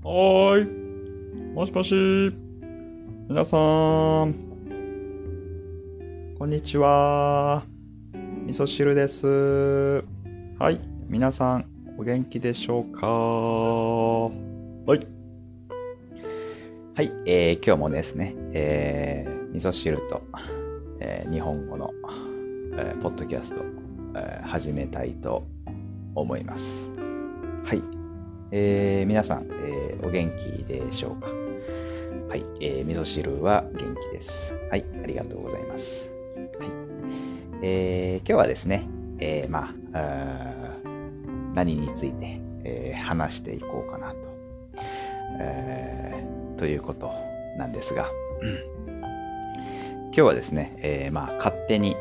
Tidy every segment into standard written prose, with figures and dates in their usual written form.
はーい。もしもし。皆さん、こんにちは。味噌汁です。はい。皆さん、お元気でしょうか？はい。はい。今日もですね、味噌汁と、日本語の、ポッドキャスト、始めたいと思います。はい。皆さん、お元気でしょうか？はい、味噌汁は元気です。はい、ありがとうございます。はい、今日はですね、何について、話していこうかなと、ということなんですが、今日はですね、勝手に、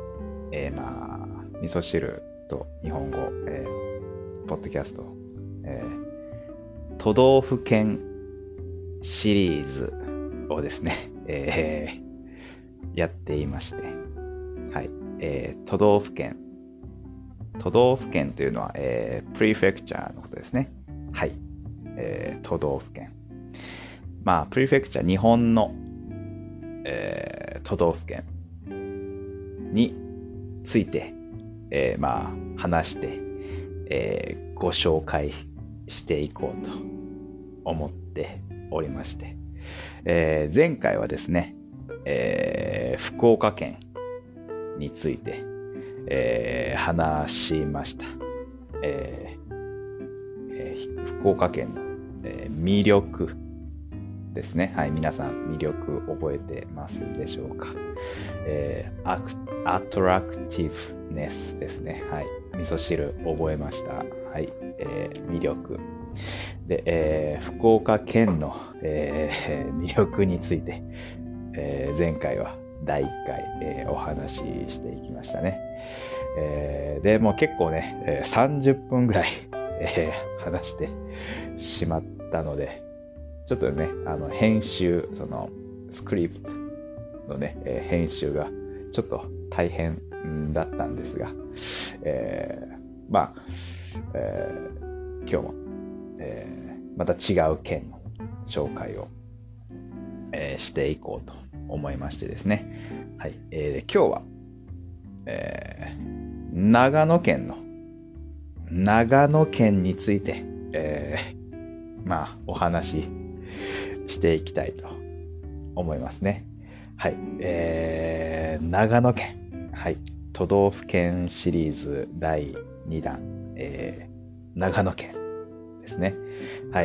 味噌汁と日本語、ポッドキャスト、都道府県シリーズをですね、やっていまして、はい、都道府県というのは、プリフェクチャーのことですね。はい、都道府県。プリフェクチャー、日本の、都道府県について、話して、ご紹介していこうと思っておりまして、前回はですね、福岡県について、話しました。福岡県の、魅力ですね。はい、皆さん魅力覚えてますでしょうか？アトラクティブネスですね。はい、味噌汁覚えました。はい、魅力で、福岡県の、魅力について、前回は第1回、お話ししていきましたね。でもう結構ね、30分ぐらい、話してしまったので、ちょっとね、編集、そのスクリプトのね、編集がちょっと大変だったんですが、今日も、また違う県の紹介を、していこうと思いましてですね。はい。今日は、長野県について、お話ししていきたいと思いますね。はい。長野県。はい。都道府県シリーズ第2弾。長野県ですね。はい。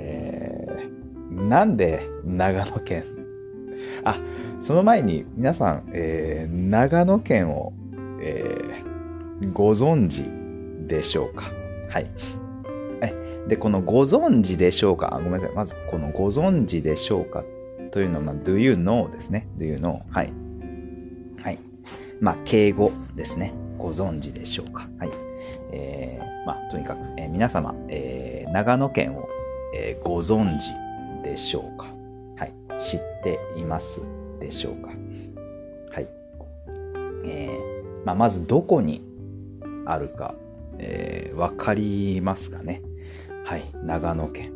なんで長野県？その前に皆さん、長野県を、ご存知でしょうか？はい。で、このご存知でしょうか？ごめんなさい。まず、このご存知でしょうかというのは、do you know ですね。do you know? はい。はい。敬語ですね。ご存知でしょうか？はい。とにかく、皆様、長野県を、ご存知でしょうか？はい。知っていますでしょうか？はい。まずどこにあるか、わかりますかね？はい。長野県。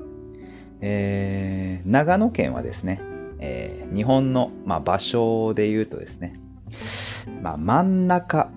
長野県はですね、日本の、場所で言うとですね、真ん中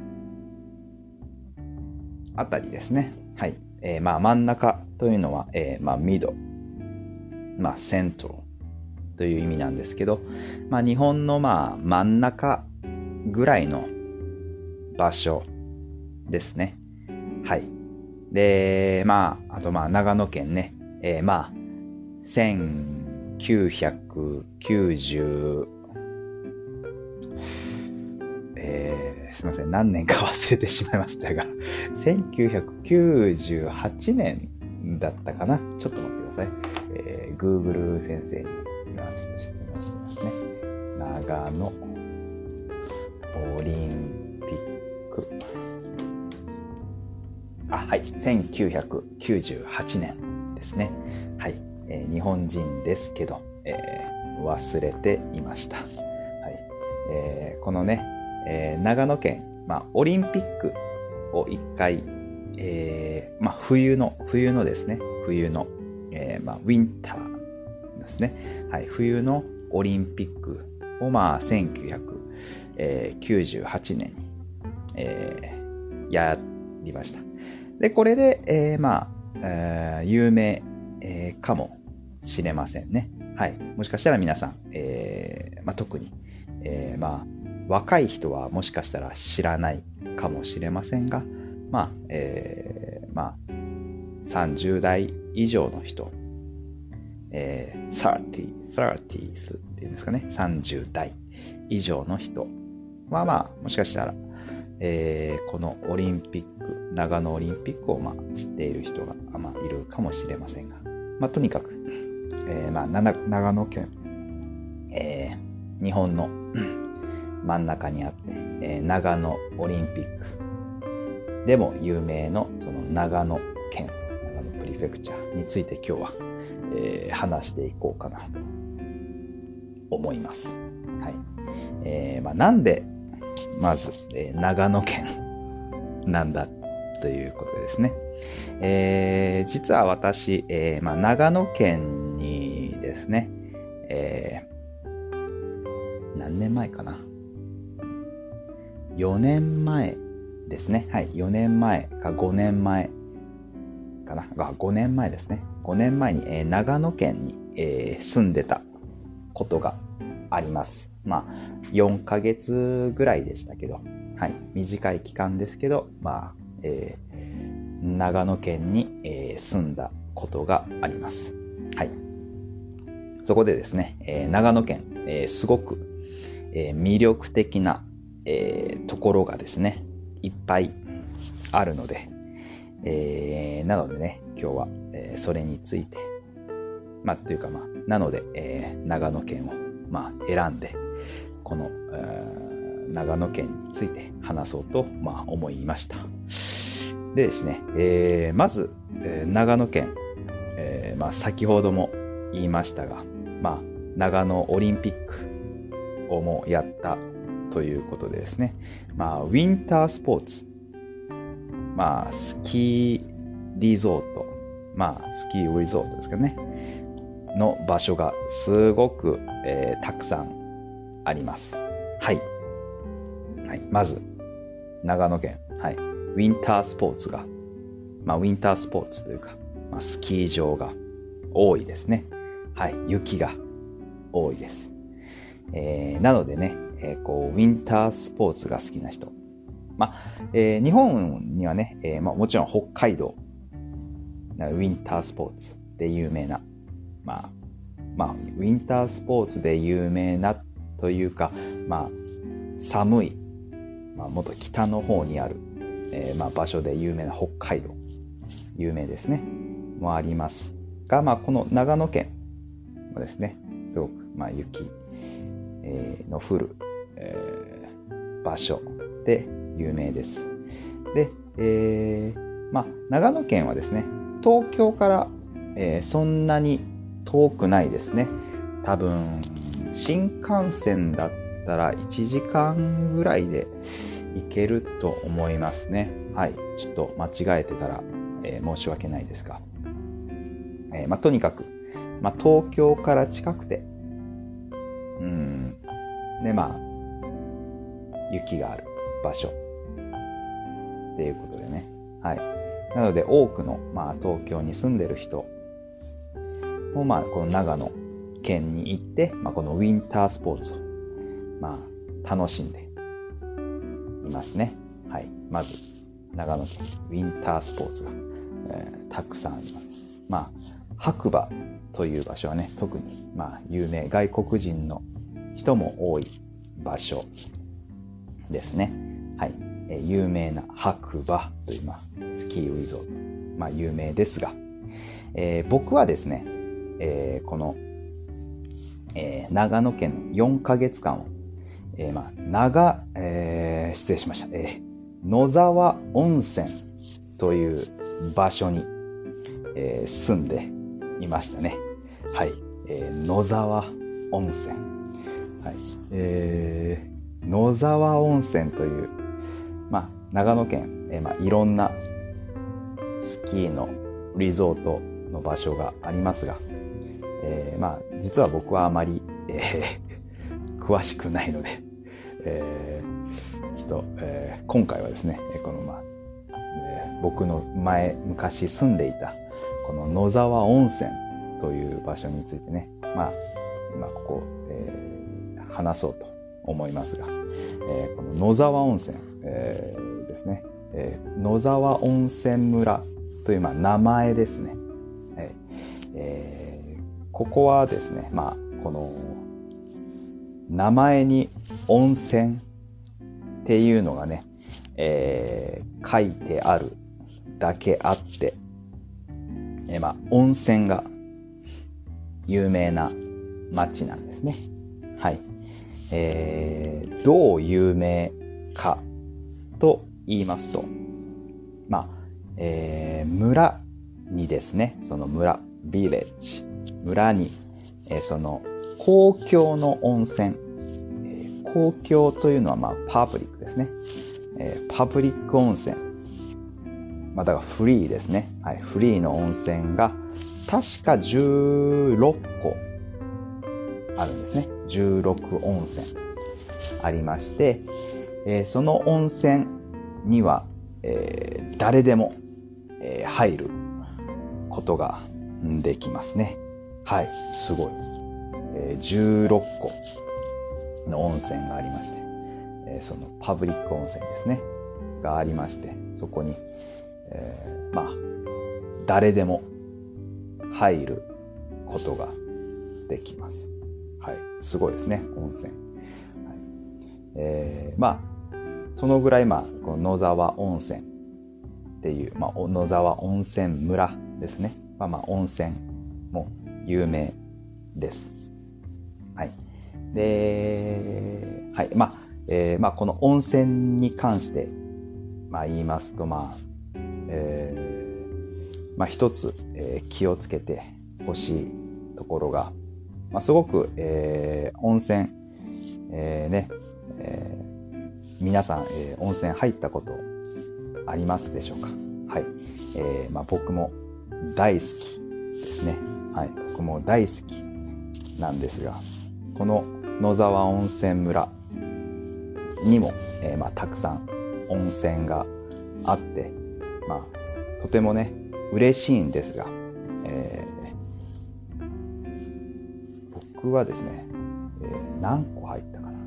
あたりですね。はい。真ん中というのは、ミド、セントロという意味なんですけど、日本の真ん中ぐらいの場所ですね。はい。で、あと長野県ね、1990、すいません、何年か忘れてしまいましたが、1998年だったかな。ちょっと待ってください。Google 先生に今ちょっと質問してますね。長野オリンピック。はい。1998年ですね。はい。日本人ですけど、忘れていました。はい。このね、長野県、オリンピックを一回、冬のですね、冬のウィンターですね。はい、冬のオリンピックを1998年に、やりました。で、これで、有名、かもしれませんね。はい。もしかしたら皆さん、特に、若い人はもしかしたら知らないかもしれませんが、30代以上の人、30s っていうんですかね、30代以上の人はもしかしたら、このオリンピック、長野オリンピックを知っている人が、いるかもしれませんが、とにかく、長野県、日本の真ん中にあって、長野オリンピックでも有名のその長野県、長野プリフェクチャーについて今日は、話していこうかなと思います。はい。なんでまず、長野県なんだということですね。実は私、長野県にですね、何年前かな、4年前ですね。はい、4年前か5年前かな。5年前ですね。5年前に、長野県に、住んでたことがあります。4ヶ月ぐらいでしたけど、はい、短い期間ですけど、長野県に、住んだことがあります。はい。そこでですね、長野県、すごく、魅力的な、ところがですね、いっぱいあるので、なのでね、今日は、それについて、というかなので、長野県を、選んで、この、長野県について話そうと、思いました。でですね、まず、長野県、先ほども言いましたが、長野オリンピックをもやったということでですね、ウィンタースポーツ、スキーリゾート、スキーリゾートですかね、の場所がすごく、たくさんあります。はい。はい、まず、長野県、はい、ウィンタースポーツが、ウィンタースポーツというか、スキー場が多いですね。はい、雪が多いです。なのでね、ウィンタースポーツが好きな人。日本にはね、もちろん北海道、ウィンタースポーツで有名な、ウィンタースポーツで有名なというか、寒い、もっと北の方にある、場所で有名な北海道、有名ですね、もありますが、この長野県はですね、すごく、雪、の降る、場所で有名です。で、長野県はですね、東京から、そんなに遠くないですね。多分新幹線だったら1時間ぐらいで行けると思いますね。はい、ちょっと間違えてたら、申し訳ないですが、とにかく、東京から近くて、で雪がある場所っていうことでね。はい。なので多くの、東京に住んでる人も、この長野県に行って、このウィンタースポーツを、楽しんでいますね。はい。まず、長野県、ウィンタースポーツが、たくさんあります。白馬という場所はね、特に、有名、外国人の人も多い場所ですね。はい。有名な白馬という、スキーリゾート、有名ですが、僕はですね、この、長野県の4ヶ月間を、失礼しました。野沢温泉という場所に、住んでいましたね。はい。野沢温泉。はい。野沢温泉という、長野県、いろんなスキーのリゾートのの場所がありますが、実は僕はあまり、詳しくないので、ちょっと、今回はですね、この僕の昔住んでいたこの野沢温泉という場所についてね、今ここ、話そうと思いますが、この野沢温泉、ですね、野沢温泉村という名前ですね。ここはですね、この名前に温泉っていうのがね、書いてあるだけあって、温泉が有名な町なんですね。はい。どう有名かと言いますと、村にですね、その村、ビレッジ、村に、その公共の温泉、公共というのはパブリックですね。パブリック温泉。だからフリーですね。はい、フリーの温泉が確か16個あるんですね。16温泉ありまして、その温泉には、誰でも、入ることができますね。はい、すごい。16個の温泉がありまして、そのパブリック温泉ですねがありまして、そこに、誰でも入ることができます。はい、すごいですね、温泉。はい、そのぐらいこの野沢温泉っていう、野沢温泉村ですね。温泉も有名です。はい。で、はい。この温泉に関して、言いますと、一つ、気をつけてほしいところが、すごく、温泉、皆さん、温泉入ったことありますでしょうか？はい。僕も大好きですね。はい。僕も大好きなんですが、この野沢温泉村にも、たくさん温泉があって、とてもね、嬉しいんですが、僕はですね、何個入ったかな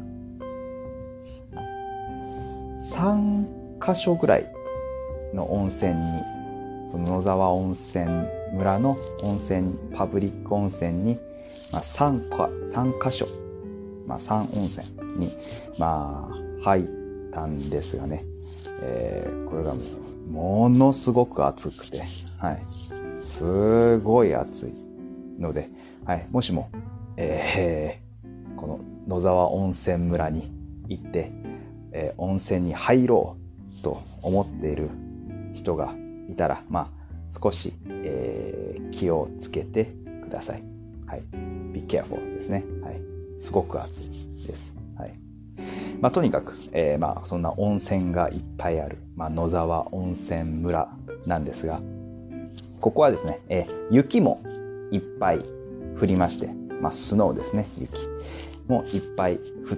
？3箇所ぐらいの温泉に、その野沢温泉村の温泉、パブリック温泉に、3箇所、3温泉に、入ったんですがね、これがものすごく暑くて、はい、すごい暑いので、はい、もしも、この野沢温泉村に行って、温泉に入ろうと思っている人がいたら、少し、気をつけてください。はい、be careful ですね。はい、すごく暑いです。はい。とにかく、そんな温泉がいっぱいある、野沢温泉村なんですが、ここはですね、雪もいっぱい降りまして、スノーですね、雪もいっぱい降って、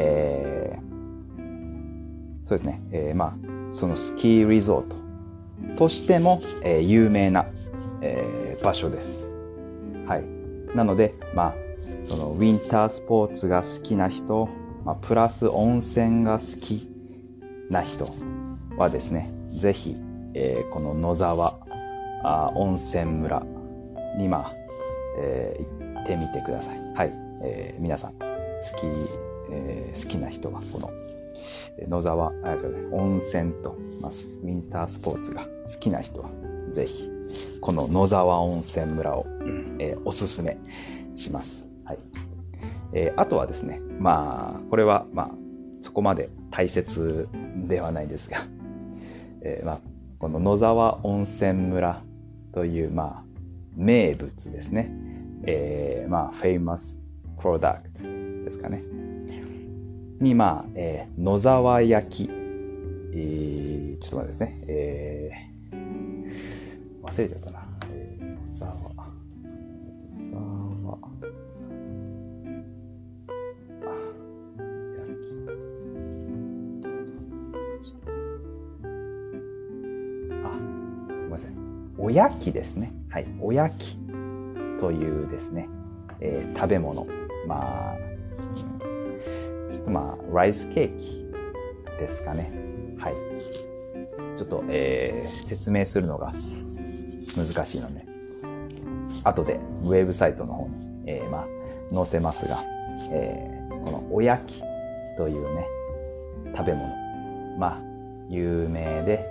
そうですね、そのスキーリゾートとしても、有名な、場所です。はい。なので、そのウィンタースポーツが好きな人、プラス温泉が好きな人はですね、ぜひ、この野沢温泉村に行ってみてください。はい。皆さん好きな人はこの野沢温泉と、ウィンタースポーツが好きな人はぜひこの野沢温泉村を、おすすめします。はい。あとはですね、これはそこまで大切ではないですが、この野沢温泉村という名物ですね、famous product ですかねに野沢焼き、ちょっと待ってですね、忘れちゃったな、野おやきですね。はい、おやきというですね、食べ物。まあ、ちょっとライスケーキですかね。はい。ちょっと、説明するのが難しいので、後でウェブサイトの方に、載せますが、このおやきというね、食べ物。有名で、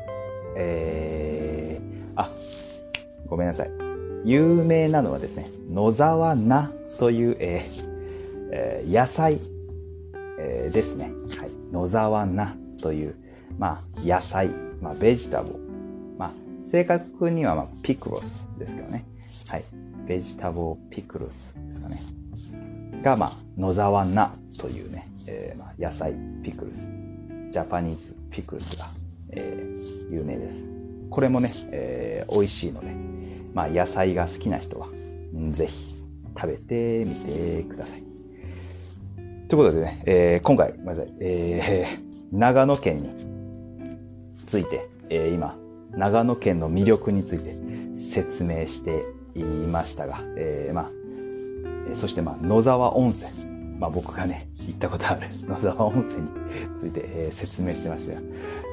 ごめんなさい。有名なのはですね、野沢菜という、野菜、ですね。はい。野沢菜という、野菜、ベジタブル。正確にはピクルスですけどね。はい。ベジタブルピクルスですかね。が、野沢菜というね、野菜ピクルス。ジャパニーズピクルスが、有名です。これもね、美味しいので、野菜が好きな人は、ぜひ食べてみてください。ということでね、今回、長野県について、今、長野県の魅力について説明していましたが、そして野沢温泉。僕がね、行ったことある野沢温泉について、説明してましたが、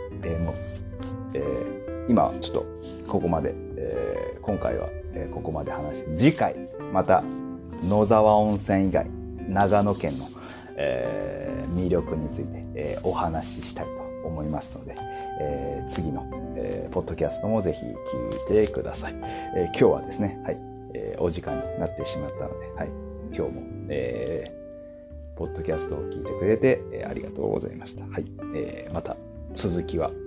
今ちょっとここまで、今回は、ここまで話して、次回また野沢温泉以外長野県の、魅力について、お話ししたいと思いますので、次の、ポッドキャストもぜひ聞いてください。今日はですね、はい、お時間になってしまったので、はい、今日も、ポッドキャストを聞いてくれて、ありがとうございました。はい、また続きは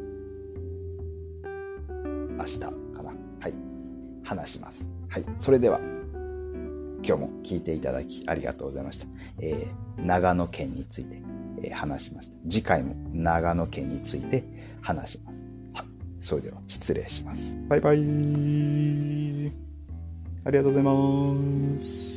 明日かな。はい、話します。はい、それでは今日も聞いていただきありがとうございました。長野県について、話しました。次回も長野県について話します。はい、それでは失礼します。バイバイ。ありがとうございます。